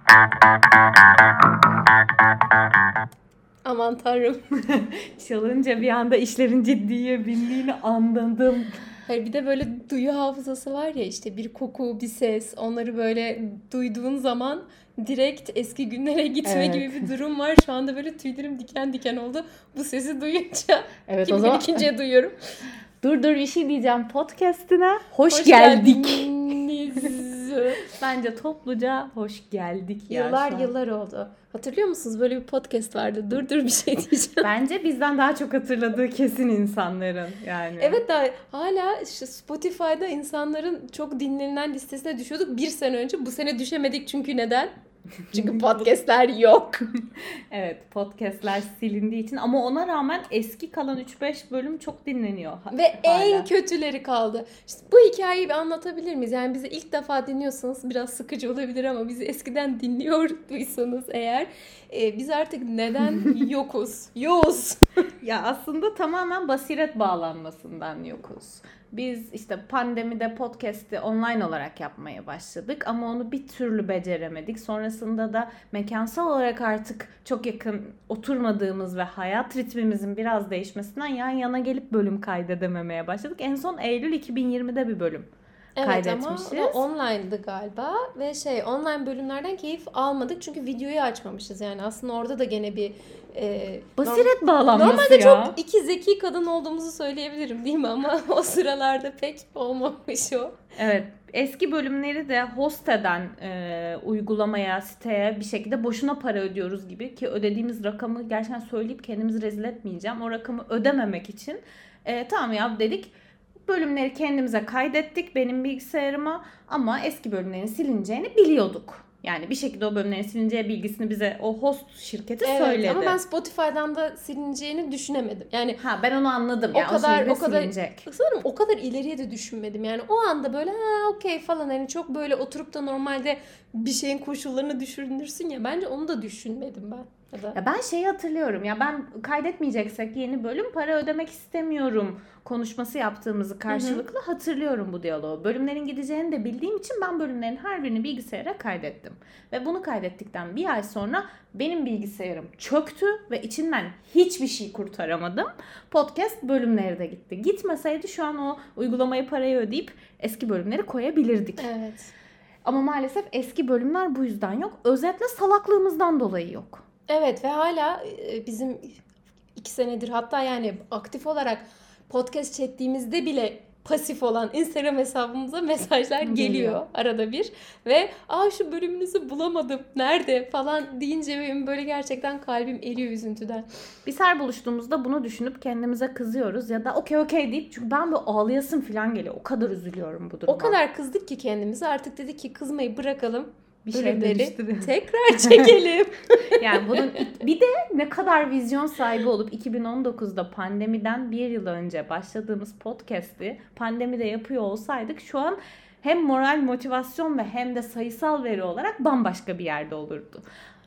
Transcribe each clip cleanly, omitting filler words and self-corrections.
Aman tanrım. Çalınca bir anda işlerin ciddiye bindiğini anladım. Hayır, bir de böyle duyu hafızası var ya, işte bir koku, bir ses, onları böyle duyduğun zaman direkt eski günlere gitme Evet. gibi bir durum var. Şu anda böyle tüylerim diken diken oldu bu sesi duyunca. Evet, Ki o zaman ikinciye duyuyorum. dur bir şey diyeceğim, podcast'ine hoş geldik. geldiniz. Bence topluca hoş geldik ya. Yıllar şu an. yıllar oldu. Hatırlıyor musunuz? Böyle bir podcast vardı. Dur bir şey diyeceğim. Bence bizden daha çok hatırladığı kesin insanların yani. Evet, daha hala işte Spotify'da insanların çok dinlenilen listesine düşüyorduk. Bir sene önce. Bu sene düşemedik çünkü neden? Çünkü podcastler yok. Evet, podcastler silindiği için, ama ona rağmen eski kalan 3-5 bölüm çok dinleniyor. Ve hala. en kötüleri kaldı. İşte bu hikayeyi bir anlatabilir miyiz? Yani bizi ilk defa dinliyorsanız biraz sıkıcı olabilir ama bizi eskiden dinliyorduysanız eğer biz artık neden yokuz? Yoğuz. Ya aslında tamamen basiret bağlanmasından yokuz. Biz işte pandemide podcast'i online olarak yapmaya başladık ama onu bir türlü beceremedik. Sonrasında da mekansal olarak artık çok yakın oturmadığımız ve hayat ritmimizin biraz değişmesinden yan yana gelip bölüm kaydedememeye başladık. En son Eylül 2020'de bir bölüm kaydetmişiz. Evet, ama online'dı galiba ve online bölümlerden keyif almadık çünkü videoyu açmamışız. Yani aslında orada da gene bir basiret bağlanması normalde ya. çok iki zeki kadın olduğumuzu söyleyebilirim değil mi? Ama o sıralarda pek olmamış o. Evet, eski bölümleri de host eden uygulamaya, siteye bir şekilde boşuna para ödüyoruz gibi, ki ödediğimiz rakamı gerçekten söyleyip kendimizi rezil etmeyeceğim. O rakamı ödememek için tamam ya dedik, bölümleri kendimize kaydettik benim bilgisayarıma, ama eski bölümlerin silineceğini biliyorduk. Yani bir şekilde o bölümlerin silineceği bilgisini bize o host şirketi söyledi. Ama ben Spotify'dan da silineceğini düşünemedim. Yani ben onu anladım. O kadar silinecek. sanırım o kadar ileriye de düşünmedim. Yani o anda böyle okey falan, hani çok böyle oturup da normalde bir şeyin koşullarını düşünürsün ya, bence onu da düşünmedim ben. Ya ben şeyi hatırlıyorum, ya ben kaydetmeyeceksek yeni bölüm para ödemek istemiyorum konuşması yaptığımızı karşılıklı hatırlıyorum bu diyaloğu. Bölümlerin gideceğini de bildiğim için ben bölümlerin her birini bilgisayara kaydettim. Ve bunu kaydettikten bir ay sonra benim bilgisayarım çöktü ve içinden hiçbir şey kurtaramadım. Podcast bölümleri de gitti. Gitmeseydi şu an o uygulamayı parayı ödeyip eski bölümleri koyabilirdik. Evet. Ama maalesef eski bölümler bu yüzden yok. Özetle salaklığımızdan dolayı yok. Evet ve hala bizim 2 senedir, hatta yani aktif olarak podcast çektiğimizde bile pasif olan Instagram hesabımıza mesajlar geliyor arada bir. Ve şu bölümünüzü bulamadım, nerede falan deyince benim böyle gerçekten kalbim eriyor üzüntüden. Biz her buluştuğumuzda bunu düşünüp kendimize kızıyoruz ya da okey deyip, çünkü ben böyle ağlayasım falan geliyor. O kadar üzülüyorum bu duruma. O kadar kızdık ki kendimize, artık dedik ki kızmayı bırakalım. Bir şey Bölümleri değiştirelim. tekrar çekelim. Yani bunun bir de ne kadar vizyon sahibi olup 2019'da pandemiden bir yıl önce başladığımız podcast'i pandemide yapıyor olsaydık şu an hem moral motivasyon ve hem de sayısal veri olarak bambaşka bir yerde olurdu.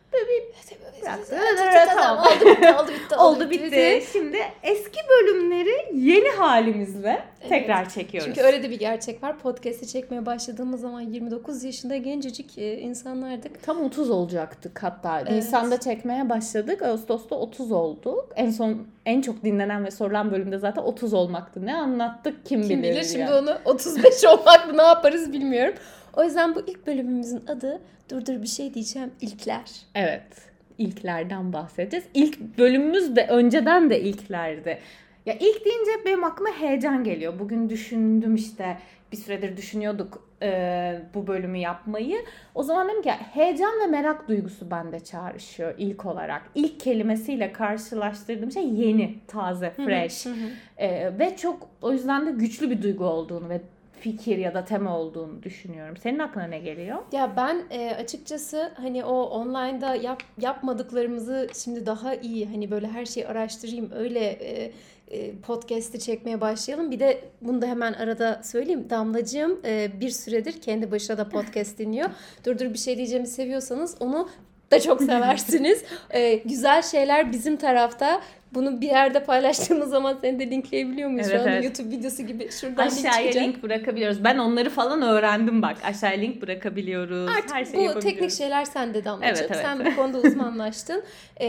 Tamam, oldu bitti. Şimdi eski bölümleri yeni halimizle tekrar çekiyoruz. Çünkü öyle de bir gerçek var. Podcast'i çekmeye başladığımız zaman 29 yaşında gencecik insanlardık. Tam 30 olacaktık hatta. Evet. Nisan'da çekmeye başladık. Ağustos'ta 30 olduk. En çok dinlenen ve sorulan bölümde zaten 30 olmaktı. Ne anlattık kim bilir. Şimdi yani. onu 35 olmak mı, ne yaparız bilmiyorum. O yüzden bu ilk bölümümüzün adı, dur bir şey diyeceğim, İlkler. Evet. İlklerden bahsedeceğiz. İlk bölümümüz de önceden de ilklerdi. Ya ilk deyince benim aklıma heyecan geliyor. Bugün düşündüm, işte bir süredir düşünüyorduk bu bölümü yapmayı. O zaman dedim ki heyecan ve merak duygusu bende çağrışıyor ilk olarak. İlk kelimesiyle karşılaştırdığım şey yeni, taze, fresh. Ve çok, o yüzden de güçlü bir duygu olduğunu ve fikir ya da tema olduğunu düşünüyorum. Senin aklına ne geliyor? Ya ben açıkçası hani o online'da yapmadıklarımızı şimdi daha iyi, hani böyle her şeyi araştırayım, öyle podcast'i çekmeye başlayalım. Bir de bunu da hemen arada söyleyeyim. Damlacığım bir süredir kendi başına da podcast dinliyor. Dur bir şey diyeceğimi seviyorsanız onu da çok seversiniz. Güzel şeyler bizim tarafta. Bunu bir yerde paylaştığımız zaman seni de linkleyebiliyor muyuz? Evet, Şu anda evet. YouTube videosu gibi şuradan Aşağıya link bırakabiliyoruz. Ben onları falan öğrendim bak. Aşağıya link bırakabiliyoruz. Artık her şeyi bu yapabiliyoruz. teknik şeyler sende Damlacığım. Evet. Sen bu konuda uzmanlaştın.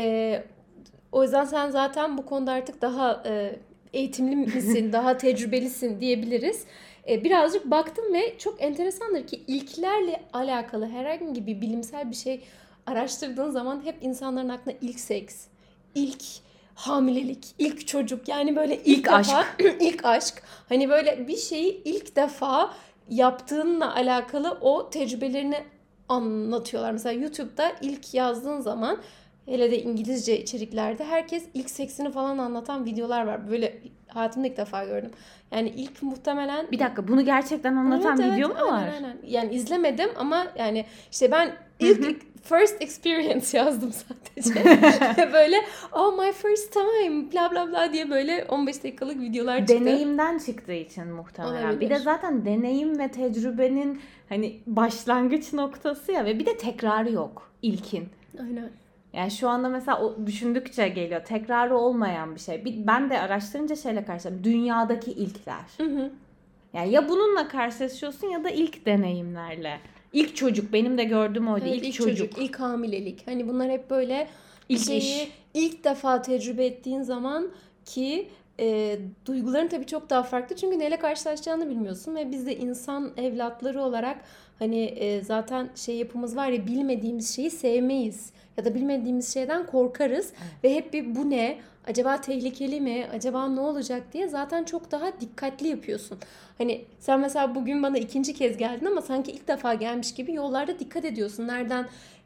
O yüzden sen zaten bu konuda artık daha eğitimli misin, daha tecrübelisin diyebiliriz. Birazcık baktım ve çok enteresandır ki ilklerle alakalı herhangi bir bilimsel bir şey araştırdığın zaman hep insanların aklına ilk seks, ilk hamilelik, ilk çocuk, yani böyle ilk defa, aşk. ilk aşk. Hani böyle bir şeyi ilk defa yaptığınla alakalı o tecrübelerini anlatıyorlar. Mesela YouTube'da ilk yazdığın zaman, hele de İngilizce içeriklerde, herkes ilk seksini falan anlatan videolar var. Böyle hayatımda ilk defa gördüm. Yani ilk muhtemelen... Bir dakika, bunu gerçekten anlatan Evet, video mu var? Aynen. Yani izlemedim ama yani işte ben ilk first experience yazdım sadece. Böyle my first time bla bla bla diye böyle 15 dakikalık videolar çıktı. Deneyimden çıktığı için muhtemelen. Olabilir. Bir de zaten deneyim ve tecrübenin hani başlangıç noktası ya, ve bir de tekrarı yok ilkin. Aynen. Yani şu anda mesela o düşündükçe geliyor. Tekrarı olmayan bir şey. Ben de araştırınca şeyle karşılaştım. Dünyadaki ilkler. Yani ya bununla karşılaşıyorsun ya da ilk deneyimlerle. İlk çocuk, benim de gördüğüm oydu. Evet, ilk çocuk, ilk hamilelik. Hani bunlar hep böyle bir İlk şeyi iş. ilk defa tecrübe ettiğin zaman ki duyguların tabii çok daha farklı. Çünkü neyle karşılaşacağını bilmiyorsun ve biz de insan evlatları olarak hani zaten şey yapımız var ya, bilmediğimiz şeyi sevmeyiz. Ya da bilmediğimiz şeyden korkarız. Evet. Ve hep bir bu ne? Acaba tehlikeli mi? Acaba ne olacak diye zaten çok daha dikkatli yapıyorsun. Hani sen mesela bugün bana ikinci kez geldin ama sanki ilk defa gelmiş gibi yollarda dikkat ediyorsun. Nereden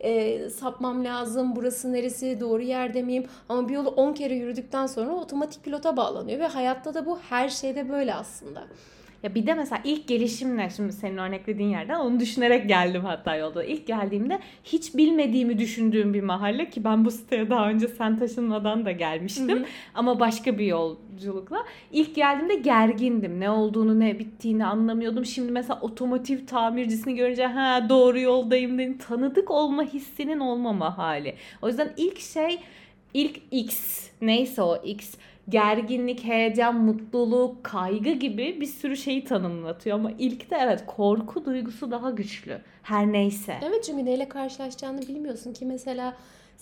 sapmam lazım? Burası neresi? Doğru yerde miyim? Ama bir yolu 10 kere yürüdükten sonra otomatik pilota bağlanıyor. Ve hayatta da bu, her şeyde böyle aslında. Ya bir de mesela ilk gelişimle, şimdi senin örneklediğin yerden onu düşünerek geldim hatta yolda. İlk geldiğimde hiç bilmediğimi düşündüğüm bir mahalle, ki ben bu siteye daha önce sen taşınmadan da gelmiştim. Ama başka bir yolculukla. İlk geldiğimde gergindim. Ne olduğunu, ne bittiğini anlamıyordum. Şimdi mesela otomotiv tamircisini görünce doğru yoldayım dedim. Tanıdık olma hissinin olmama hali. O yüzden ilk şey, ilk X, neyse o X, gerginlik, heyecan, mutluluk, kaygı gibi bir sürü şeyi tanımlatıyor. Ama ilkte evet, korku duygusu daha güçlü. Her neyse. Evet, çünkü neyle karşılaşacağını bilmiyorsun ki. Mesela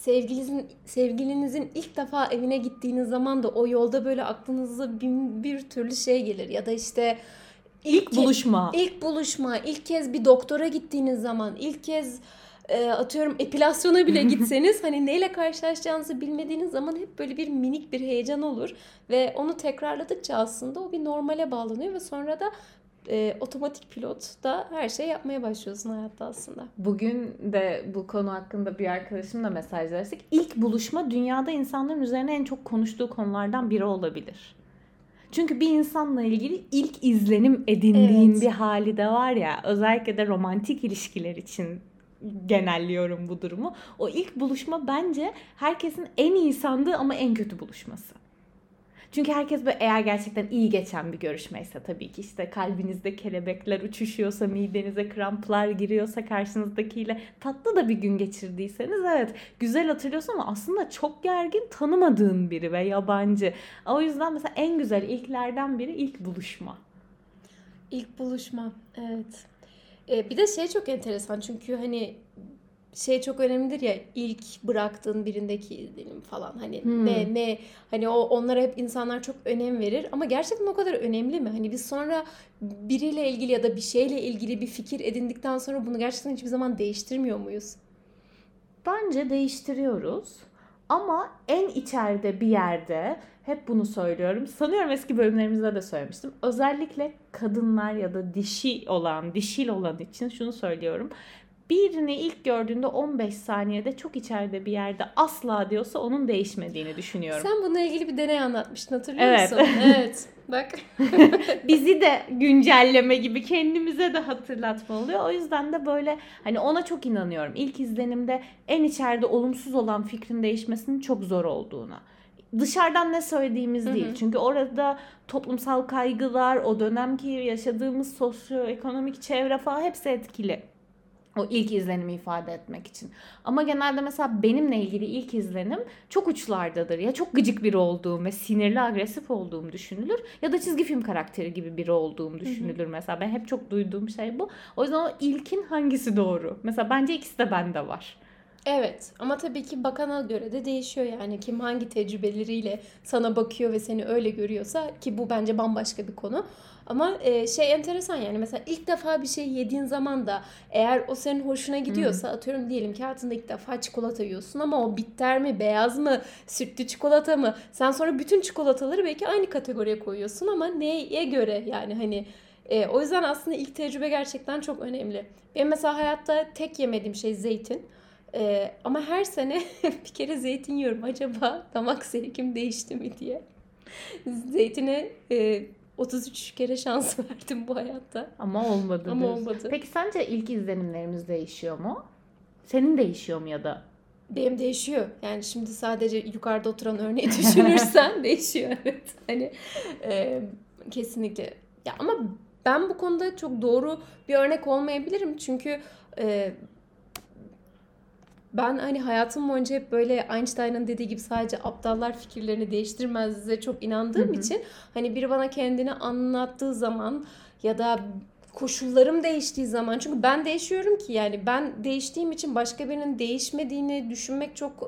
sevgilinizin ilk defa evine gittiğiniz zaman da o yolda böyle aklınıza bir türlü şey gelir. Ya da işte ilk buluşma. İlk kez bir doktora gittiğiniz zaman, ilk kez atıyorum epilasyona bile gitseniz hani neyle karşılaşacağınızı bilmediğiniz zaman hep böyle bir minik bir heyecan olur ve onu tekrarladıkça aslında o bir normale bağlanıyor ve sonra da otomatik pilot da her şey yapmaya başlıyorsun hayatta aslında. Bugün de bu konu hakkında bir arkadaşımla mesajlaştık. İlk buluşma dünyada insanların üzerine en çok konuştuğu konulardan biri olabilir. Çünkü bir insanla ilgili ilk izlenim edindiğin bir hali de var ya, özellikle de romantik ilişkiler için genelliyorum bu durumu. O ilk buluşma bence herkesin en iyi sandığı ama en kötü buluşması. Çünkü herkes böyle, eğer gerçekten iyi geçen bir görüşmeyse tabii ki, işte kalbinizde kelebekler uçuşuyorsa, midenize kramplar giriyorsa, karşınızdakiyle tatlı da bir gün geçirdiyseniz evet güzel hatırlıyorsun, ama aslında çok gergin, tanımadığın biri ve yabancı. O yüzden mesela en güzel ilklerden biri ilk buluşma. İlk buluşma, evet. Bir de şey çok enteresan, çünkü hani şey çok önemlidir ya, ilk bıraktığın birindeki izlenim falan, hani ne hani onlara hep insanlar çok önem verir ama gerçekten o kadar önemli mi? Hani biz sonra biriyle ilgili ya da bir şeyle ilgili bir fikir edindikten sonra bunu gerçekten hiçbir zaman değiştirmiyor muyuz? Bence değiştiriyoruz. Ama en içeride bir yerde, hep bunu söylüyorum. Sanıyorum eski bölümlerimizde de söylemiştim. Özellikle kadınlar ya da dişil olan için şunu söylüyorum. Birini ilk gördüğünde 15 saniyede çok içeride bir yerde asla diyorsa onun değişmediğini düşünüyorum. Sen bununla ilgili bir deney anlatmıştın, hatırlıyor musun? Evet. Bak. Bizi de güncelleme gibi kendimize de hatırlatma oluyor. O yüzden de böyle hani ona çok inanıyorum. İlk izlenimde en içeride olumsuz olan fikrin değişmesinin çok zor olduğuna. Dışarıdan ne söylediğimiz değil. Çünkü orada toplumsal kaygılar, o dönemki yaşadığımız sosyoekonomik çevre falan hepsi etkili. O ilk izlenimi ifade etmek için. Ama genelde mesela benimle ilgili ilk izlenim çok uçlardadır. Ya çok gıcık biri olduğum ve sinirli, agresif olduğum düşünülür. Ya da çizgi film karakteri gibi biri olduğum düşünülür mesela. Ben hep çok duyduğum şey bu. O yüzden o ilkin hangisi doğru? Mesela bence ikisi de bende var. Evet, ama tabii ki bakana göre de değişiyor yani. Kim hangi tecrübeleriyle sana bakıyor ve seni öyle görüyorsa, ki bu bence bambaşka bir konu. Ama şey enteresan yani, mesela ilk defa bir şey yediğin zaman da eğer o senin hoşuna gidiyorsa, atıyorum diyelim ki hayatında ilk defa çikolata yiyorsun ama o bitter mi, beyaz mı, sütlü çikolata mı? Sen sonra bütün çikolataları belki aynı kategoriye koyuyorsun ama neye göre yani, hani o yüzden aslında ilk tecrübe gerçekten çok önemli. Benim mesela hayatta tek yemediğim şey zeytin. Ama her sene bir kere zeytin yiyorum. Acaba damak zevkim değişti mi diye. Zeytine 33 kere şans verdim bu hayatta. Ama olmadı. Ama olmadı. Peki sence ilk izlenimlerimiz değişiyor mu? Senin değişiyor mu ya da? Benim değişiyor. Yani şimdi sadece yukarıda oturan örneği düşünürsen değişiyor, evet. Hani kesinlikle. Ya ama ben bu konuda çok doğru bir örnek olmayabilirim. Çünkü ben hani hayatım boyunca hep böyle Einstein'ın dediği gibi sadece aptallar fikirlerini değiştirmez'e çok inandığım için hani biri bana kendini anlattığı zaman ya da koşullarım değiştiği zaman, çünkü ben değişiyorum ki, yani ben değiştiğim için başka birinin değişmediğini düşünmek çok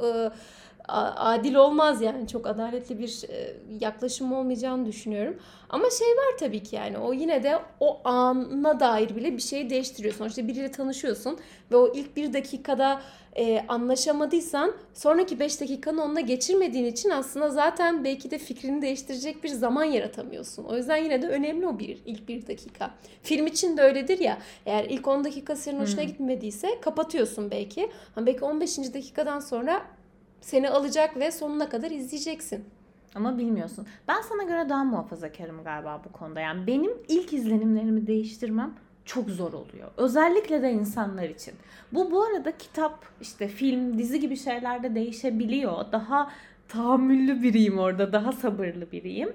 adil olmaz yani, çok adaletli bir yaklaşım olmayacağını düşünüyorum. Ama şey var tabii ki, yani o yine de o ana dair bile bir şeyi değiştiriyor. Sonuçta biriyle tanışıyorsun ve o ilk 1 dakikada anlaşamadıysan sonraki 5 dakikanı onunla geçirmediğin için aslında zaten belki de fikrini değiştirecek bir zaman yaratamıyorsun. O yüzden yine de önemli o ilk 1 dakika. Film için de öyledir ya, eğer ilk 10 dakika senin hoşuna gitmediyse kapatıyorsun belki. Ama belki 15. dakikadan sonra seni alacak ve sonuna kadar izleyeceksin. Ama bilmiyorsun. Ben sana göre daha muhafazakarım galiba bu konuda. Yani benim ilk izlenimlerimi değiştirmem çok zor oluyor. Özellikle de insanlar için. Bu arada kitap, işte film, dizi gibi şeylerde değişebiliyor. Daha tahammüllü biriyim orada. Daha sabırlı biriyim.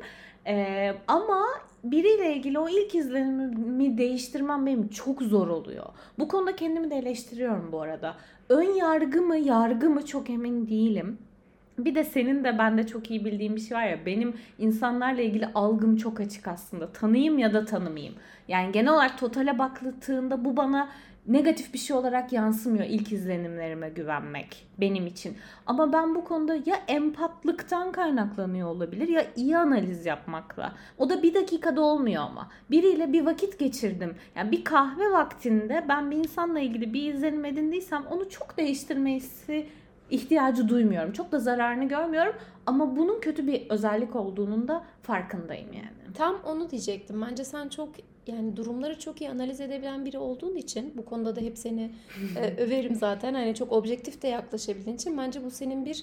Ama biriyle ilgili o ilk izlenimimi değiştirmem benim çok zor oluyor. Bu konuda kendimi de eleştiriyorum bu arada. Ön yargı mı, yargı mı çok emin değilim. Bir de senin de bende çok iyi bildiğim bir şey var ya, benim insanlarla ilgili algım çok açık aslında. Tanıyayım ya da tanımayayım. Yani genel olarak totale baktığında bu bana negatif bir şey olarak yansımıyor, ilk izlenimlerime güvenmek benim için. Ama ben bu konuda ya empatlıktan kaynaklanıyor olabilir ya iyi analiz yapmakla. O da 1 dakikada olmuyor ama. Biriyle bir vakit geçirdim. Yani bir kahve vaktinde ben bir insanla ilgili bir izlenim edindiysem onu çok değiştirmesi ihtiyacı duymuyorum. Çok da zararını görmüyorum ama bunun kötü bir özellik olduğunun da farkındayım yani. Tam onu diyecektim. Bence sen çok, yani durumları çok iyi analiz edebilen biri olduğun için, bu konuda da hep seni överim zaten. Hani çok objektif de yaklaşabildiğin için bence bu senin bir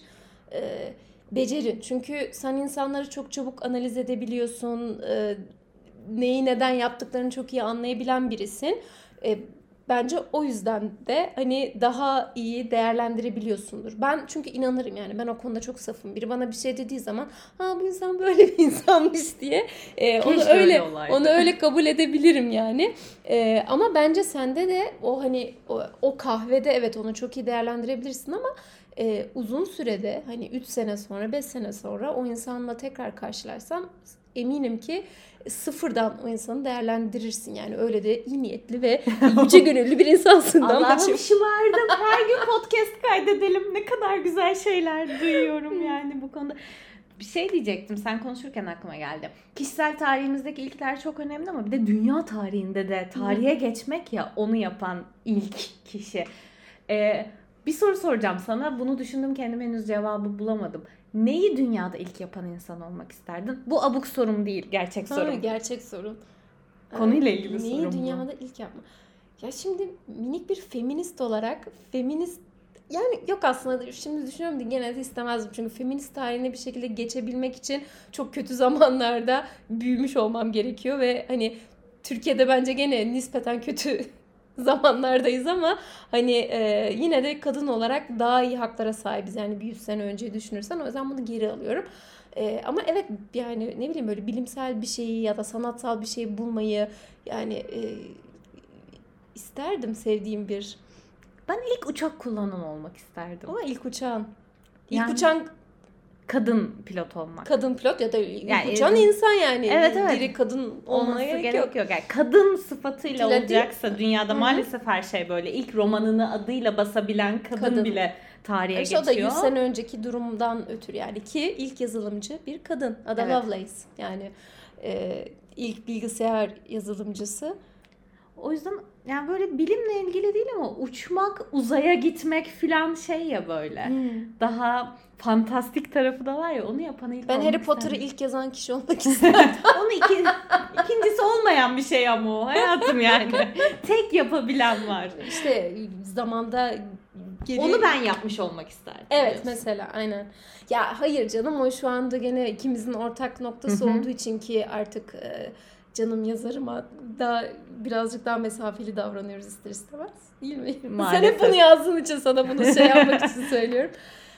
becerin. Çünkü sen insanları çok çabuk analiz edebiliyorsun. Neyi neden yaptıklarını çok iyi anlayabilen birisin. Bence o yüzden de hani daha iyi değerlendirebiliyorsundur. Ben çünkü inanırım yani, ben o konuda çok safım. Biri bana bir şey dediği zaman bu insan böyle bir insanmış diye onu öyle kabul edebilirim yani. Ama bence sende de o hani o kahvede evet onu çok iyi değerlendirebilirsin ama uzun sürede, hani 3 sene sonra 5 sene sonra o insanla tekrar karşılarsam eminim ki sıfırdan o insanı değerlendirirsin. Yani öyle de iyi niyetli ve yüce gönüllü bir insansın. Allah'ım şımardım. Her gün podcast kaydedelim. Ne kadar güzel şeyler duyuyorum yani bu konuda. Bir şey diyecektim. Sen konuşurken aklıma geldi. Kişisel tarihimizdeki ilkler çok önemli ama bir de dünya tarihinde de tarihe geçmek ya, onu yapan ilk kişi. Bir soru soracağım sana. Bunu düşündüm, kendime henüz cevabı bulamadım. Neyi dünyada ilk yapan insan olmak isterdin? Bu abuk sorum değil, gerçek sorum. Gerçek sorun. Konuyla ilgili sorum bu. Neyi dünyada ilk yapma? Ya şimdi minik bir feminist olarak, yani yok aslında, şimdi düşünüyorum da gene de istemezdim. Çünkü feminist tarihine bir şekilde geçebilmek için çok kötü zamanlarda büyümüş olmam gerekiyor ve hani Türkiye'de bence gene nispeten kötü zamanlardayız ama hani yine de kadın olarak daha iyi haklara sahibiz. Yani bir 100 sene önce düşünürsen, o yüzden bunu geri alıyorum. Ama evet yani ne bileyim, böyle bilimsel bir şeyi ya da sanatsal bir şeyi bulmayı yani isterdim, sevdiğim bir Ben ilk uçak kullanan olmak isterdim. Ama ilk uçağın. İlk Yani- uçağın Kadın pilot olmak. kadın pilot ya da ilk Yani- uçağın insan yani. Evet. Direkt kadın olmana Olması gerek gerek yok. yok. Yani kadın sıfatıyla Değil. olacaksa dünyada Hı hı. maalesef her şey böyle. İlk romanını adıyla basabilen kadın bile tarihe İşte o da geçiyor. 100 sene önceki durumdan ötürü yani ki ilk yazılımcı bir kadın. Ada Evet. Lovelace. Yani ilk bilgisayar yazılımcısı. O yüzden yani böyle bilimle ilgili değil ama uçmak, uzaya gitmek filan şey ya böyle. Daha fantastik tarafı da var ya, onu yapan ilk Ben olmak Harry Potter'ı isterdim. ilk yazan kişi olmak isterdim. Onu ikincisi olmayan bir şey ama o hayatım yani. Tek yapabilen var. İşte zamanda geri... Onu ben yapmış olmak isterdim. Evet diyorsun. mesela aynen. Ya hayır canım, o şu anda gene ikimizin ortak noktası Hı hı. olduğu için ki artık canım yazarıma da birazcık daha mesafeli davranıyoruz ister istemez. Değil mi? Sen Maalesef. hep bunu yazdığın için sana bunu şey yapmak için söylüyorum.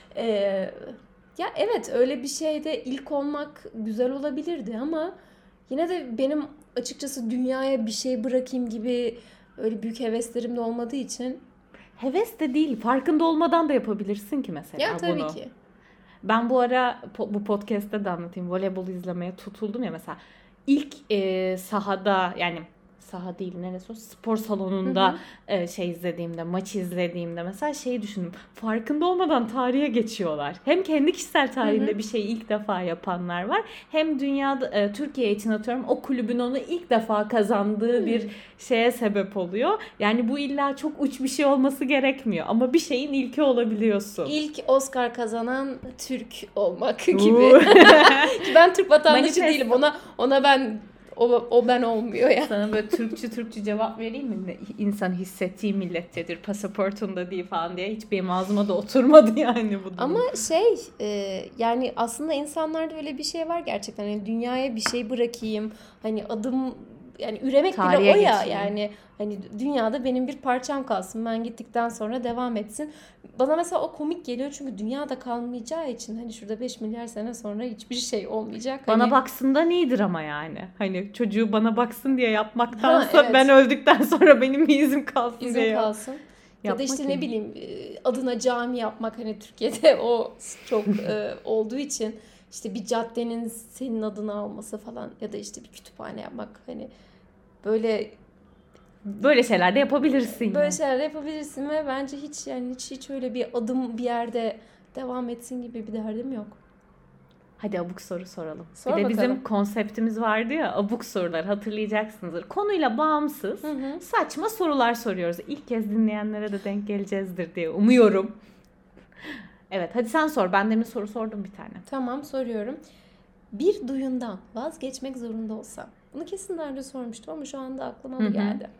Ya evet, öyle bir şeyde ilk olmak güzel olabilirdi ama yine de benim açıkçası dünyaya bir şey bırakayım gibi öyle büyük heveslerim de olmadığı için. Heves de değil, farkında olmadan da yapabilirsin ki mesela Ya tabii bunu. ki. Ben bu ara bu podcast'te de anlatayım. Voleybol izlemeye tutuldum ya mesela. İlk sahada, yani saha değil neresi o, spor salonunda izlediğimde, maç izlediğimde mesela şeyi düşündüm. Farkında olmadan tarihe geçiyorlar. Hem kendi kişisel tarihinde bir şeyi ilk defa yapanlar var. Hem dünyada, Türkiye için atıyorum, o kulübün onu ilk defa kazandığı bir şeye sebep oluyor. Yani bu illa çok uç bir şey olması gerekmiyor. Ama bir şeyin ilki olabiliyorsun. İlk Oscar kazanan Türk olmak gibi. Ki ben Türk vatandaşı değilim. Ona ben o ben olmuyor ya. Sana böyle Türkçe cevap vereyim mi? İnsan hissettiği millettedir, pasaportunda değil falan diye. Hiç benim ağzıma da oturmadı yani bu durum. Ama yani aslında insanlarda öyle bir şey var gerçekten. Yani dünyaya bir şey bırakayım. Hani adım, yani üremek Tarihe bile o ya geçeyim. yani. Hani dünyada benim bir parçam kalsın. Ben gittikten sonra devam etsin. Bana mesela o komik geliyor çünkü dünyada kalmayacağı için hani şurada 5 milyar sene sonra hiçbir şey olmayacak. Bana hani... baksın iyidir ama yani. Hani çocuğu bana baksın diye yapmaktansa evet. ben öldükten sonra benim bir izim kalsın İzin diye. kalsın. Ya da işte Yapmak ne iyi. bileyim adına cami yapmak, hani Türkiye'de o çok olduğu için işte bir caddenin senin adını alması falan ya da işte bir kütüphane yapmak, hani Böyle şeyler de yapabilirsin. böyle yani. şeyler yapabilirsin ve bence hiç öyle bir adım bir yerde devam etsin gibi bir derdim yok. Hadi abuk soru soralım. Sor bir de bizim bakalım. konseptimiz vardı ya, abuk sorular, hatırlayacaksınızdır. Konuyla bağımsız saçma sorular soruyoruz. İlk kez dinleyenlere de denk geleceğizdir diye umuyorum. Evet, hadi sen sor. Ben demin soru sordum bir tane. Tamam, soruyorum. Bir duyundan vazgeçmek zorunda olsam. Bunu kesin daha önce sormuştum ama şu anda aklıma bu geldi.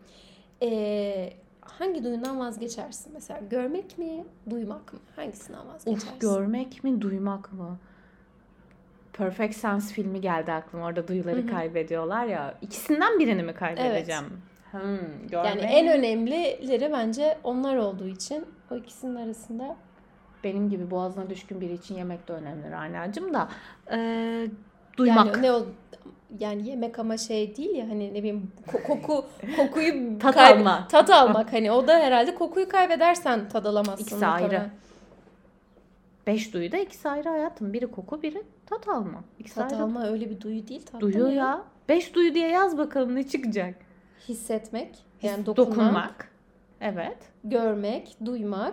Hangi duyundan vazgeçersin? Mesela görmek mi, duymak mı? Hangisinden vazgeçersin? Görmek mi, duymak mı? Perfect Sense filmi geldi aklıma. Orada duyuları kaybediyorlar ya. İkisinden birini mi kaybedeceğim? Görmek. Yani en önemlileri bence onlar olduğu için o ikisinin arasında. Benim gibi boğazına düşkün biri için yemek de önemli Rana'cığım da. Duymak. Yani yani yemek ama şey değil ya, hani ne bileyim kokuyu Tat almak hani o da herhalde kokuyu kaybedersen tad alamazsın. İkisi ayrı. 5 duyu da ikisi ayrı hayatım. Biri koku, biri tat alma. İkisi Tat ayrı. alma öyle bir duyu değil. Tat Duyu da ya. 5 duyu diye yaz bakalım ne çıkacak. Hissetmek, yani Dokunmak. Evet. görmek, duymak,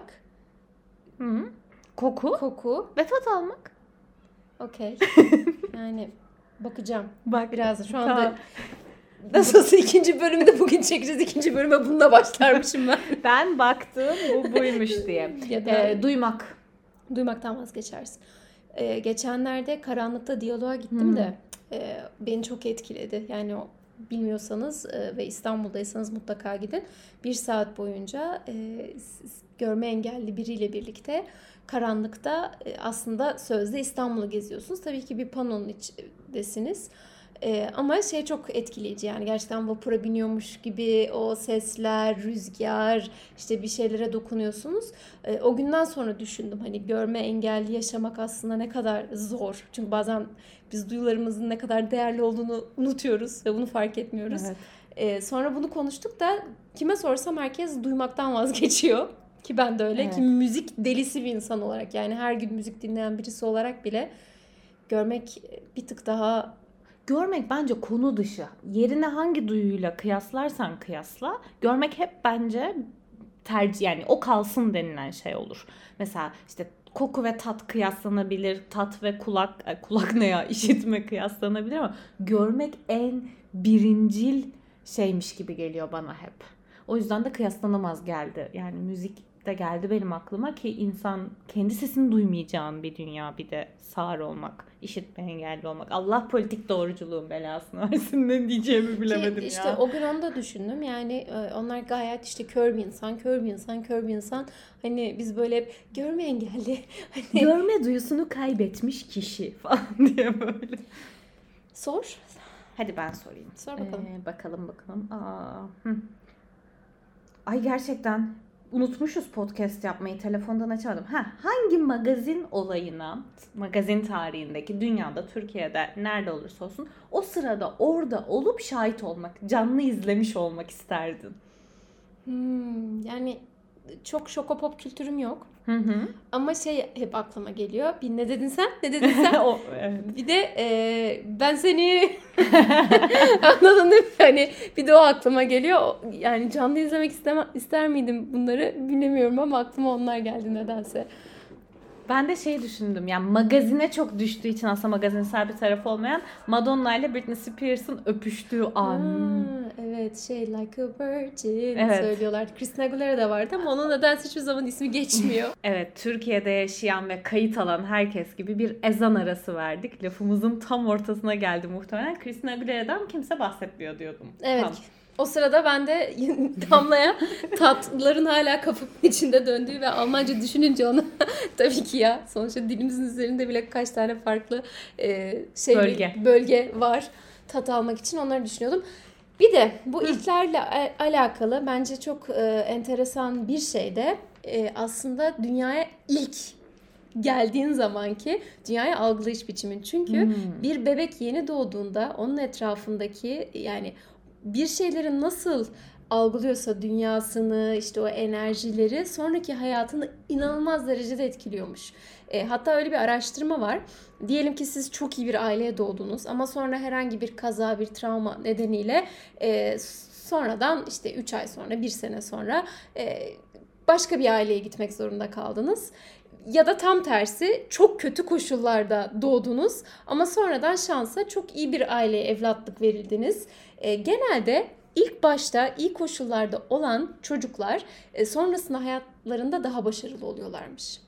koku ve tat almak. Okey. Yani bakacağım. Bak Biraz şu anda nasılsa ikinci bölümde bugün çekeceğiz. İkinci bölüme bununla başlarmışım ben. Ben baktım bu buymuş diye. Ya da duymak. Duymaktan vazgeçersin. Geçenlerde karanlıkta diyaloğa gittim de beni çok etkiledi. Yani bilmiyorsanız ve İstanbul'daysanız mutlaka gidin. 1 saat boyunca görme engelli biriyle birlikte karanlıkta aslında sözde İstanbul'u geziyorsunuz. Tabii ki bir panonun içindesiniz. Ama çok etkileyici, yani gerçekten vapura biniyormuş gibi o sesler, rüzgar, işte bir şeylere dokunuyorsunuz. O günden sonra düşündüm, hani görme engelli yaşamak aslında ne kadar zor. Çünkü bazen biz duyularımızın ne kadar değerli olduğunu unutuyoruz ve bunu fark etmiyoruz. Evet. Sonra bunu konuştuk da kime sorsam herkes duymaktan vazgeçiyor. Ki ben de öyle Evet. ki müzik delisi bir insan olarak yani her gün müzik dinleyen birisi olarak bile görmek bir tık daha... Görmek bence konu dışı. Yerine hangi duyuyla kıyaslarsan kıyasla, görmek hep bence tercih, yani o kalsın denilen şey olur. Mesela işte koku ve tat kıyaslanabilir. Tat ve kulak ne ya, işitme kıyaslanabilir ama görmek en birincil şeymiş gibi geliyor bana hep. O yüzden de kıyaslanamaz geldi. Yani müzik de geldi benim aklıma ki insan kendi sesini duymayacağın bir dünya, bir de sağır olmak, işitme engelli olmak. Allah politik doğruculuğun belasını versin, ne diyeceğimi bilemedim Ki işte ya. o gün onu da düşündüm. Yani onlar gayet işte kör bir insan, kör bir insan, kör bir insan. Hani biz böyle hep görme engelli. Hani... Görme duyusunu kaybetmiş kişi falan diye böyle. Sor. Hadi ben sorayım. Sor bakalım. Bakalım. Ay gerçekten unutmuşuz podcast yapmayı. Telefondan açamadım. Hangi magazin olayına, magazin tarihindeki, dünyada, Türkiye'de nerede olursa olsun o sırada orada olup şahit olmak, canlı izlemiş olmak isterdin? Yani çok şokopop kültürüm yok. Hı. Ama şey hep aklıma geliyor. Bir ne dedin sen? Ne dedin sen? Evet. Bir de ben seni anladın değil mi? Hani bir de o aklıma geliyor. Yani canlı izlemek ister miydim bunları bilemiyorum ama aklıma onlar geldi nedense. Ben de şey düşündüm, yani magazine çok düştüğü için, aslında magazinsel bir tarafı olmayan, Madonna ile Britney Spears'ın öpüştüğü an. Evet, Like a Virgin Evet. söylüyorlar. Christina Aguilera da vardı ama onun nedense hiçbir zaman ismi geçmiyor. Evet, Türkiye'de yaşayan ve kayıt alan herkes gibi bir ezan arası verdik. Lafımızın tam ortasına geldi muhtemelen. Christina Aguilera'dan kimse bahsetmiyor diyordum. Evet. Tam. O sırada ben de Damla'ya tatlıların hala kafamın içinde döndüğü ve Almanca düşününce onu tabii ki ya sonuçta dilimizin üzerinde bile kaç tane farklı bölge var tat almak için, onları düşünüyordum. Bir de bu ilklerle alakalı bence çok enteresan bir şey de aslında dünyaya ilk geldiğin zamanki dünyayı algılayış biçimin. Çünkü bir bebek yeni doğduğunda onun etrafındaki, yani bir şeyleri nasıl algılıyorsa dünyasını, işte o enerjileri sonraki hayatını inanılmaz derecede etkiliyormuş. Hatta öyle bir araştırma var. Diyelim ki siz çok iyi bir aileye doğdunuz ama sonra herhangi bir kaza, bir travma nedeniyle sonradan işte 3 ay sonra, 1 sene sonra başka bir aileye gitmek zorunda kaldınız. Ya da tam tersi, çok kötü koşullarda doğdunuz ama sonradan şansa çok iyi bir aileye evlatlık verildiniz. Genelde ilk başta iyi koşullarda olan çocuklar sonrasında hayatlarında daha başarılı oluyorlarmış.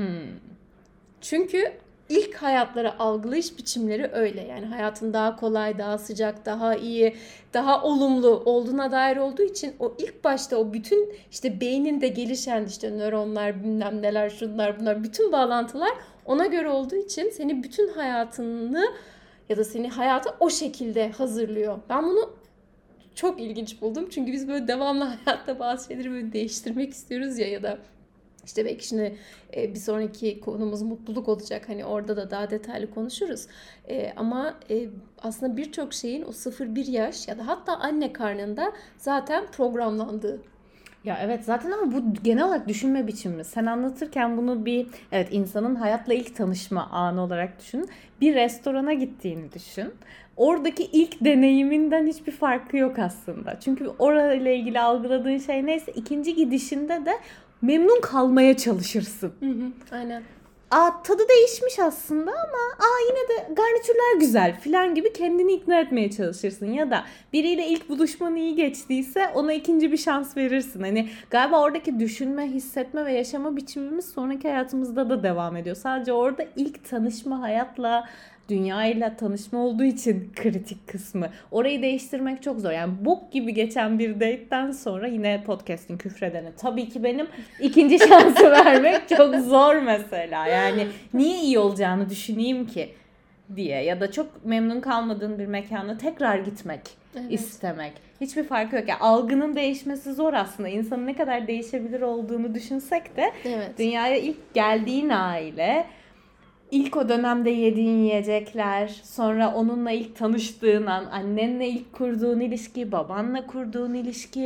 Çünkü ilk hayatları algılayış biçimleri öyle. Yani hayatın daha kolay, daha sıcak, daha iyi, daha olumlu olduğuna dair olduğu için o ilk başta o bütün işte beyninde gelişen işte nöronlar, bilmem neler, şunlar bunlar, bütün bağlantılar ona göre olduğu için seni bütün hayatını ya da seni hayata o şekilde hazırlıyor. Ben bunu çok ilginç buldum. Çünkü biz böyle devamlı hayatta bazı şeyleri böyle değiştirmek istiyoruz ya da işte belki şimdi bir sonraki konumuz mutluluk olacak. Hani orada da daha detaylı konuşuruz. Ama aslında birçok şeyin o 0-1 yaş ya da hatta anne karnında zaten programlandığı. Ya evet, zaten ama bu genel olarak düşünme biçimimiz. Sen anlatırken bunu evet, insanın hayatla ilk tanışma anı olarak düşün. Bir restorana gittiğini düşün. Oradaki ilk deneyiminden hiçbir farkı yok aslında. Çünkü orayla ilgili algıladığın şey neyse, ikinci gidişinde de memnun kalmaya çalışırsın. Aynen. Tadı değişmiş aslında ama yine de garnitürler güzel falan gibi kendini ikna etmeye çalışırsın. Ya da biriyle ilk buluşman iyi geçtiyse ona ikinci bir şans verirsin. Hani galiba oradaki düşünme, hissetme ve yaşama biçimimiz sonraki hayatımızda da devam ediyor. Sadece orada ilk tanışma, hayatla, dünyayla tanışma olduğu için kritik kısmı. Orayı değiştirmek çok zor. Yani bok gibi geçen bir date'den sonra yine podcast'in küfredeni tabii ki benim, ikinci şansı vermek çok zor mesela. Yani niye iyi olacağını düşüneyim ki diye, ya da çok memnun kalmadığın bir mekana tekrar gitmek, istemek. Hiçbir farkı yok. Yani algının değişmesi zor aslında. İnsanın ne kadar değişebilir olduğunu düşünsek de dünyaya ilk geldiğin aile, İlk o dönemde yediğin yiyecekler, sonra onunla ilk tanıştığın an, annenle ilk kurduğun ilişki, babanla kurduğun ilişki,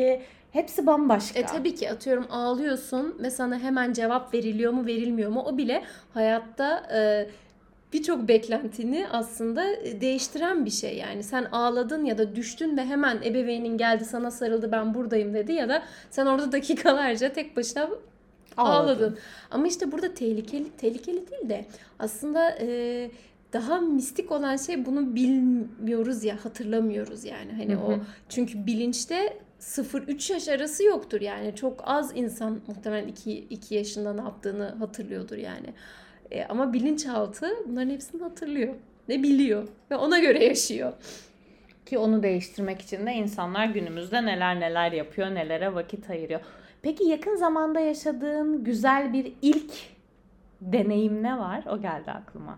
Hepsi bambaşka. Tabii ki atıyorum ağlıyorsun ve sana hemen cevap veriliyor mu verilmiyor mu, o bile hayatta birçok beklentini aslında değiştiren bir şey. Yani sen ağladın ya da düştün ve hemen ebeveynin geldi sana sarıldı, ben buradayım dedi, ya da sen orada dakikalarca tek başına ağladın. Ama işte burada tehlikeli değil de aslında daha mistik olan şey, bunu bilmiyoruz ya, hatırlamıyoruz yani. Hani o, çünkü bilinçte 0-3 yaş arası yoktur yani. Çok az insan muhtemelen 2 yaşında ne yaptığını hatırlıyordur yani. Ama bilinçaltı bunların hepsini hatırlıyor ve biliyor ve ona göre yaşıyor. Ki onu değiştirmek için de insanlar günümüzde neler yapıyor, nelere vakit ayırıyor. Peki yakın zamanda yaşadığın güzel bir ilk deneyim ne var? O geldi aklıma.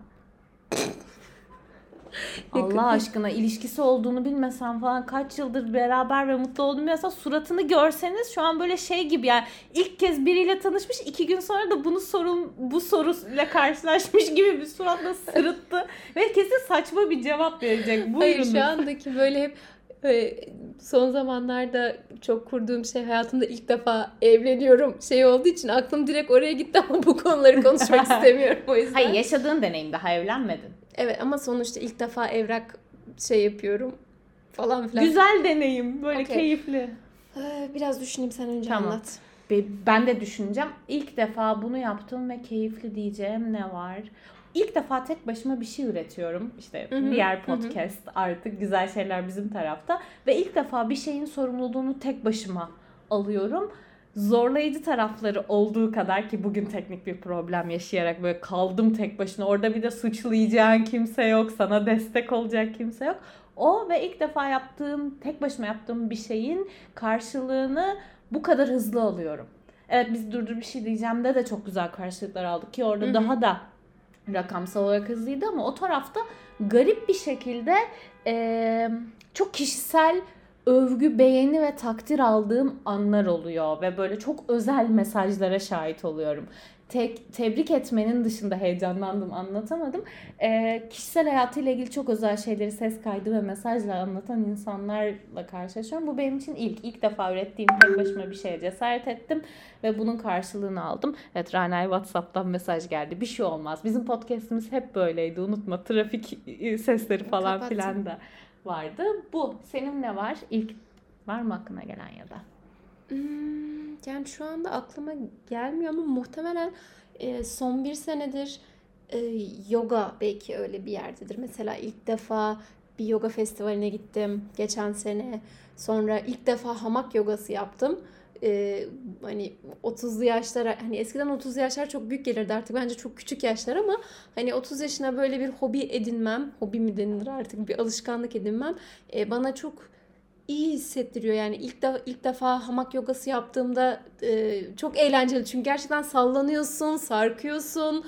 Allah aşkına, ilişkisi olduğunu bilmesem falan, kaç yıldır beraber ve mutlu olduğunu bilmesem, suratını görseniz şu an böyle şey gibi yani, ilk kez biriyle tanışmış 2 gün sonra da bu soruyla karşılaşmış gibi bir suratla sırıttı ve kesin saçma bir cevap verecek. Buyurun. Hayır, şu andaki böyle hep son zamanlarda çok kurduğum şey, hayatımda ilk defa evleniyorum şey olduğu için aklım direkt oraya gitti ama bu konuları konuşmak istemiyorum o yüzden. Hayır, yaşadığın deneyim, daha evlenmedin. Evet ama sonuçta ilk defa evrak şey yapıyorum falan filan. Güzel deneyim, böyle keyifli. Biraz düşüneyim, sen önce anlat. Ben de düşüneceğim. İlk defa bunu yaptım ve keyifli diyeceğim ne var? İlk defa tek başıma bir şey üretiyorum. İşte diğer podcast artık güzel şeyler bizim tarafta. Ve ilk defa bir şeyin sorumluluğunu tek başıma alıyorum. Zorlayıcı tarafları olduğu kadar, ki bugün teknik bir problem yaşayarak böyle kaldım tek başına. Orada bir de suçlayacağın kimse yok, sana destek olacak kimse yok. O ve ilk defa tek başıma yaptığım bir şeyin karşılığını bu kadar hızlı alıyorum. Evet, biz durdur bir şey diyeceğim de çok güzel karşılıklar aldık ki orada daha da rakamsal olarak hızlıydı, ama o tarafta garip bir şekilde çok kişisel övgü, beğeni ve takdir aldığım anlar oluyor ve böyle çok özel mesajlara şahit oluyorum. Tebrik etmenin dışında heyecanlandım, anlatamadım. Kişisel hayatıyla ilgili çok özel şeyleri ses kaydı ve mesajla anlatan insanlarla karşılaşıyorum. Bu benim için ilk defa ürettiğim tek başıma bir şeye cesaret ettim ve bunun karşılığını aldım. Evet, Rana'ya WhatsApp'tan mesaj geldi. Bir şey olmaz. Bizim podcast'imiz hep böyleydi. Unutma, trafik sesleri falan filan da vardı. Bu. Senin ne var? İlk var mı aklına gelen ya da? Yani şu anda aklıma gelmiyor ama muhtemelen son 1 senedir yoga belki öyle bir yerdedir. Mesela ilk defa bir yoga festivaline gittim geçen sene. Sonra ilk defa hamak yogası yaptım. Hani 30'lu yaşlara, hani eskiden 30'lu yaşlar çok büyük gelirdi, artık bence çok küçük yaşlar, ama hani 30 yaşına böyle bir hobi edinmem, hobi mi denilir artık, bir alışkanlık edinmem bana çok iyi hissettiriyor. Yani ilk defa hamak yogası yaptığımda çok eğlenceli, çünkü gerçekten sallanıyorsun, sarkıyorsun,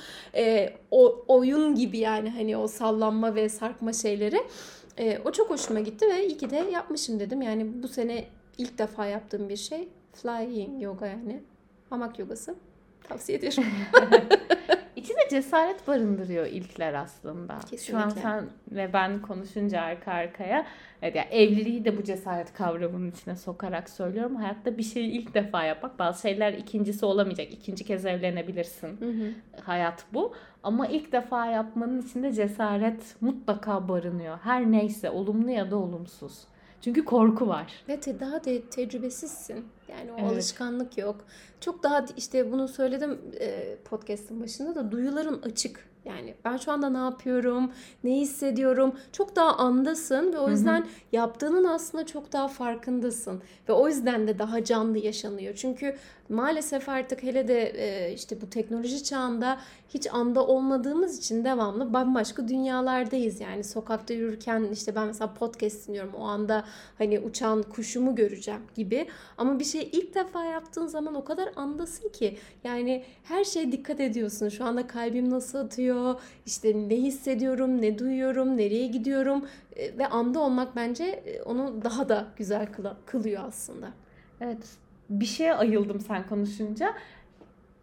oyun gibi yani, hani o sallanma ve sarkma şeyleri. O çok hoşuma gitti ve iyi ki de yapmışım dedim. Yani bu sene ilk defa yaptığım bir şey flying yoga, yani hamak yogası. Tavsiye ediyorum. İçinde cesaret barındırıyor ilkler aslında. Kesinlikle. Şu an sen ve ben konuşunca arka arkaya, evet, yani evliliği de bu cesaret kavramının içine sokarak söylüyorum. Hayatta bir şeyi ilk defa yapmak, bazı şeyler ikincisi olamayacak. 2. kez evlenebilirsin. Hayat bu. Ama ilk defa yapmanın içinde cesaret mutlaka barınıyor. Her neyse, olumlu ya da olumsuz. Çünkü korku var. Ve daha tecrübesizsin. Yani o alışkanlık yok. Çok daha, işte bunu söyledim podcast'ın başında da, duyuların açık. Yani ben şu anda ne yapıyorum, ne hissediyorum, çok daha andasın ve o yüzden yaptığının aslında çok daha farkındasın. Ve o yüzden de daha canlı yaşanıyor. Çünkü maalesef artık, hele de işte bu teknoloji çağında hiç anda olmadığımız için devamlı bambaşka dünyalardayız. Yani sokakta yürürken işte ben mesela podcast dinliyorum, o anda hani uçan kuşumu göreceğim gibi. Ama bir şey ilk defa yaptığın zaman o kadar andasın ki, yani her şeye dikkat ediyorsun. Şu anda kalbim nasıl atıyor, işte ne hissediyorum, ne duyuyorum, nereye gidiyorum ve anda olmak bence onu daha da güzel kılıyor aslında. Evet, bir şeye ayıldım sen konuşunca.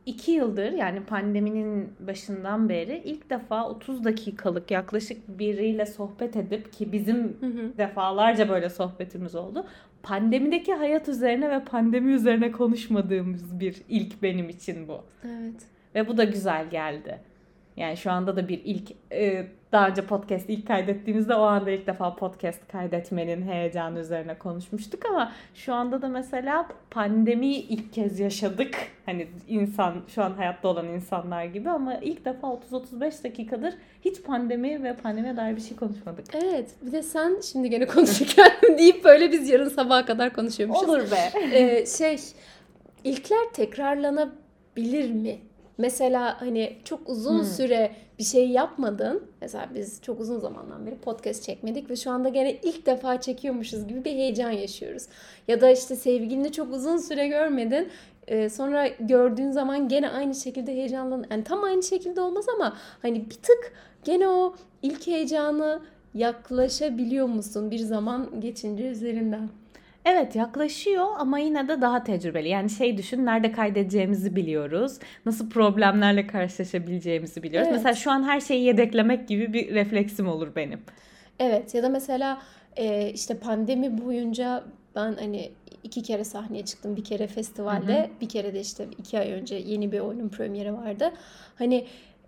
2 yıldır yani pandeminin başından beri ilk defa 30 dakikalık yaklaşık biriyle sohbet edip ki bizim defalarca böyle sohbetimiz oldu. Pandemideki hayat üzerine ve pandemi üzerine konuşmadığımız bir ilk benim için bu. Evet. Ve bu da güzel geldi. Yani şu anda da bir ilk, daha önce podcast ilk kaydettiğimizde o anda ilk defa podcast kaydetmenin heyecanı üzerine konuşmuştuk ama şu anda da mesela pandemiyi ilk kez yaşadık. Hani insan, şu an hayatta olan insanlar gibi ama ilk defa 30-35 dakikadır hiç pandemi ve pandemiye dair bir şey konuşmadık. Evet. Bir de sen şimdi gene konuşurken deyip böyle biz yarın sabaha kadar konuşuyormuşuz. Olur be. İlkler tekrarlanabilir mi? Mesela hani çok uzun süre bir şey yapmadın. Mesela biz çok uzun zamandan beri podcast çekmedik ve şu anda gene ilk defa çekiyormuşuz gibi bir heyecan yaşıyoruz. Ya da işte sevgilini çok uzun süre görmedin. Sonra gördüğün zaman gene aynı şekilde heyecanlan. Yani tam aynı şekilde olmaz ama hani bir tık gene o ilk heyecanı yaklaşabiliyor musun bir zaman geçince üzerinden? Evet, yaklaşıyor ama yine de daha tecrübeli. Yani düşün, nerede kaydedeceğimizi biliyoruz. Nasıl problemlerle karşılaşabileceğimizi biliyoruz. Evet. Mesela şu an her şeyi yedeklemek gibi bir refleksim olur benim. Evet, ya da mesela işte pandemi boyunca ben hani 2 kere sahneye çıktım. Bir kere festivalde, bir kere de işte 2 ay önce yeni bir oyunun premieri vardı. Hani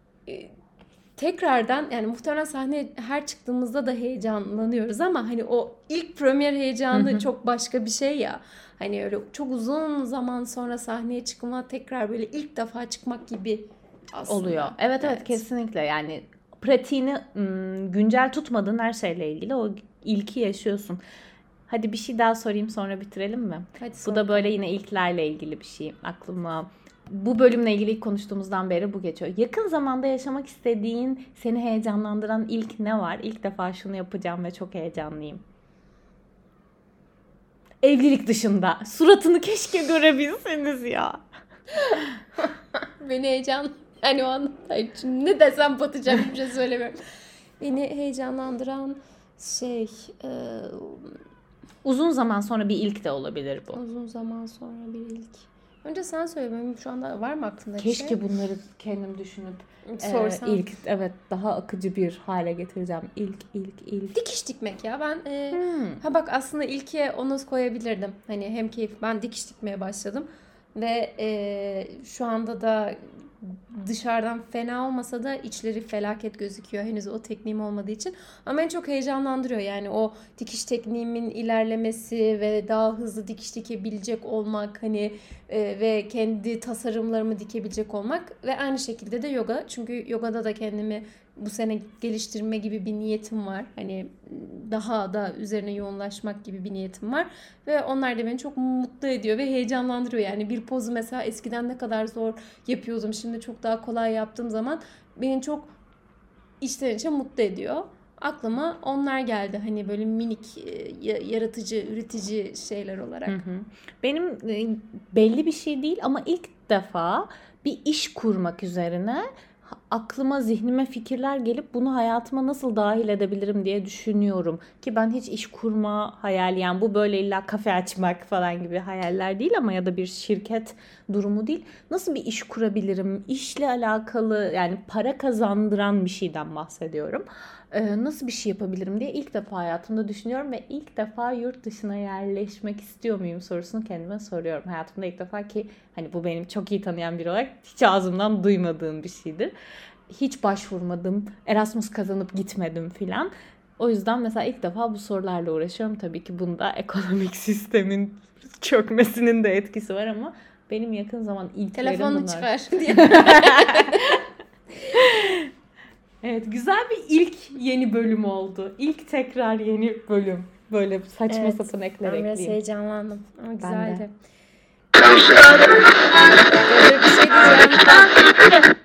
tekrardan yani muhtemelen sahneye her çıktığımızda da heyecanlanıyoruz ama hani o ilk premier heyecanı çok başka bir şey ya. Hani öyle çok uzun zaman sonra sahneye çıkma, tekrar böyle ilk defa çıkmak gibi aslında. Oluyor. Evet, kesinlikle. Yani pratiğini güncel tutmadığın her şeyle ilgili o ilki yaşıyorsun. Hadi bir şey daha sorayım, sonra bitirelim mi? Hadi Bu da böyle yine ilklerle ilgili bir şey. Aklıma bu bölümle ilgili ilk konuştuğumuzdan beri bu geçiyor. Yakın zamanda yaşamak istediğin, seni heyecanlandıran ilk ne var? İlk defa şunu yapacağım ve çok heyecanlıyım. Evlilik dışında. Suratını keşke görebilseniz ya. Beni hani o an ne desem batacak, bir şey söylemiyorum. Beni heyecanlandıran uzun zaman sonra bir ilk de olabilir bu. Uzun zaman sonra bir ilk. Önce sen söyle, benim şu anda var mı aklında bir şey? Keşke bunları kendim düşünüp sorsam. ilk daha akıcı bir hale getireceğim. İlk. Dikiş dikmek ya. Ben ha bak, aslında ilkiye onu koyabilirdim. Hani hem keyif, ben dikiş dikmeye başladım ve şu anda da dışarıdan fena olmasa da içleri felaket gözüküyor. Henüz o tekniğim olmadığı için. Ama beni çok heyecanlandırıyor. Yani o dikiş tekniğimin ilerlemesi ve daha hızlı dikiş dikebilecek olmak, hani ve kendi tasarımlarımı dikebilecek olmak ve aynı şekilde de yoga. Çünkü yogada da kendimi bu sene geliştirme gibi bir niyetim var. Hani daha da üzerine yoğunlaşmak gibi bir niyetim var. Ve onlar da beni çok mutlu ediyor ve heyecanlandırıyor. Yani bir pozu mesela eskiden ne kadar zor yapıyordum. Şimdi çok daha kolay yaptığım zaman beni çok içten içe mutlu ediyor. Aklıma onlar geldi. Hani böyle minik, yaratıcı, üretici şeyler olarak. Benim belli bir şey değil ama ilk defa bir iş kurmak üzerine aklıma, zihnime fikirler gelip bunu hayatıma nasıl dahil edebilirim diye düşünüyorum. Ki ben hiç iş kurma hayali, yani bu böyle illa kafe açmak falan gibi hayaller değil ama ya da bir şirket durumu değil. Nasıl bir iş kurabilirim? İşle alakalı, yani para kazandıran bir şeyden bahsediyorum. Nasıl bir şey yapabilirim diye ilk defa hayatımda düşünüyorum ve ilk defa yurt dışına yerleşmek istiyor muyum sorusunu kendime soruyorum. Hayatımda ilk defa, ki hani bu benim çok iyi tanıyan biri olarak hiç ağzımdan duymadığım bir şeydir. Hiç başvurmadım, Erasmus kazanıp gitmedim filan. O yüzden mesela ilk defa bu sorularla uğraşıyorum. Tabii ki bunda ekonomik sistemin çökmesinin de etkisi var ama benim yakın zaman ilklerim bunlar. Telefonunu çıkar diye. Evet, güzel bir ilk yeni bölüm oldu. İlk tekrar yeni bölüm. Böyle saçma sapan ekler ekleyeyim. Ben biraz heyecanlandım ama güzeldi. Böyle bir şey diyeceğim.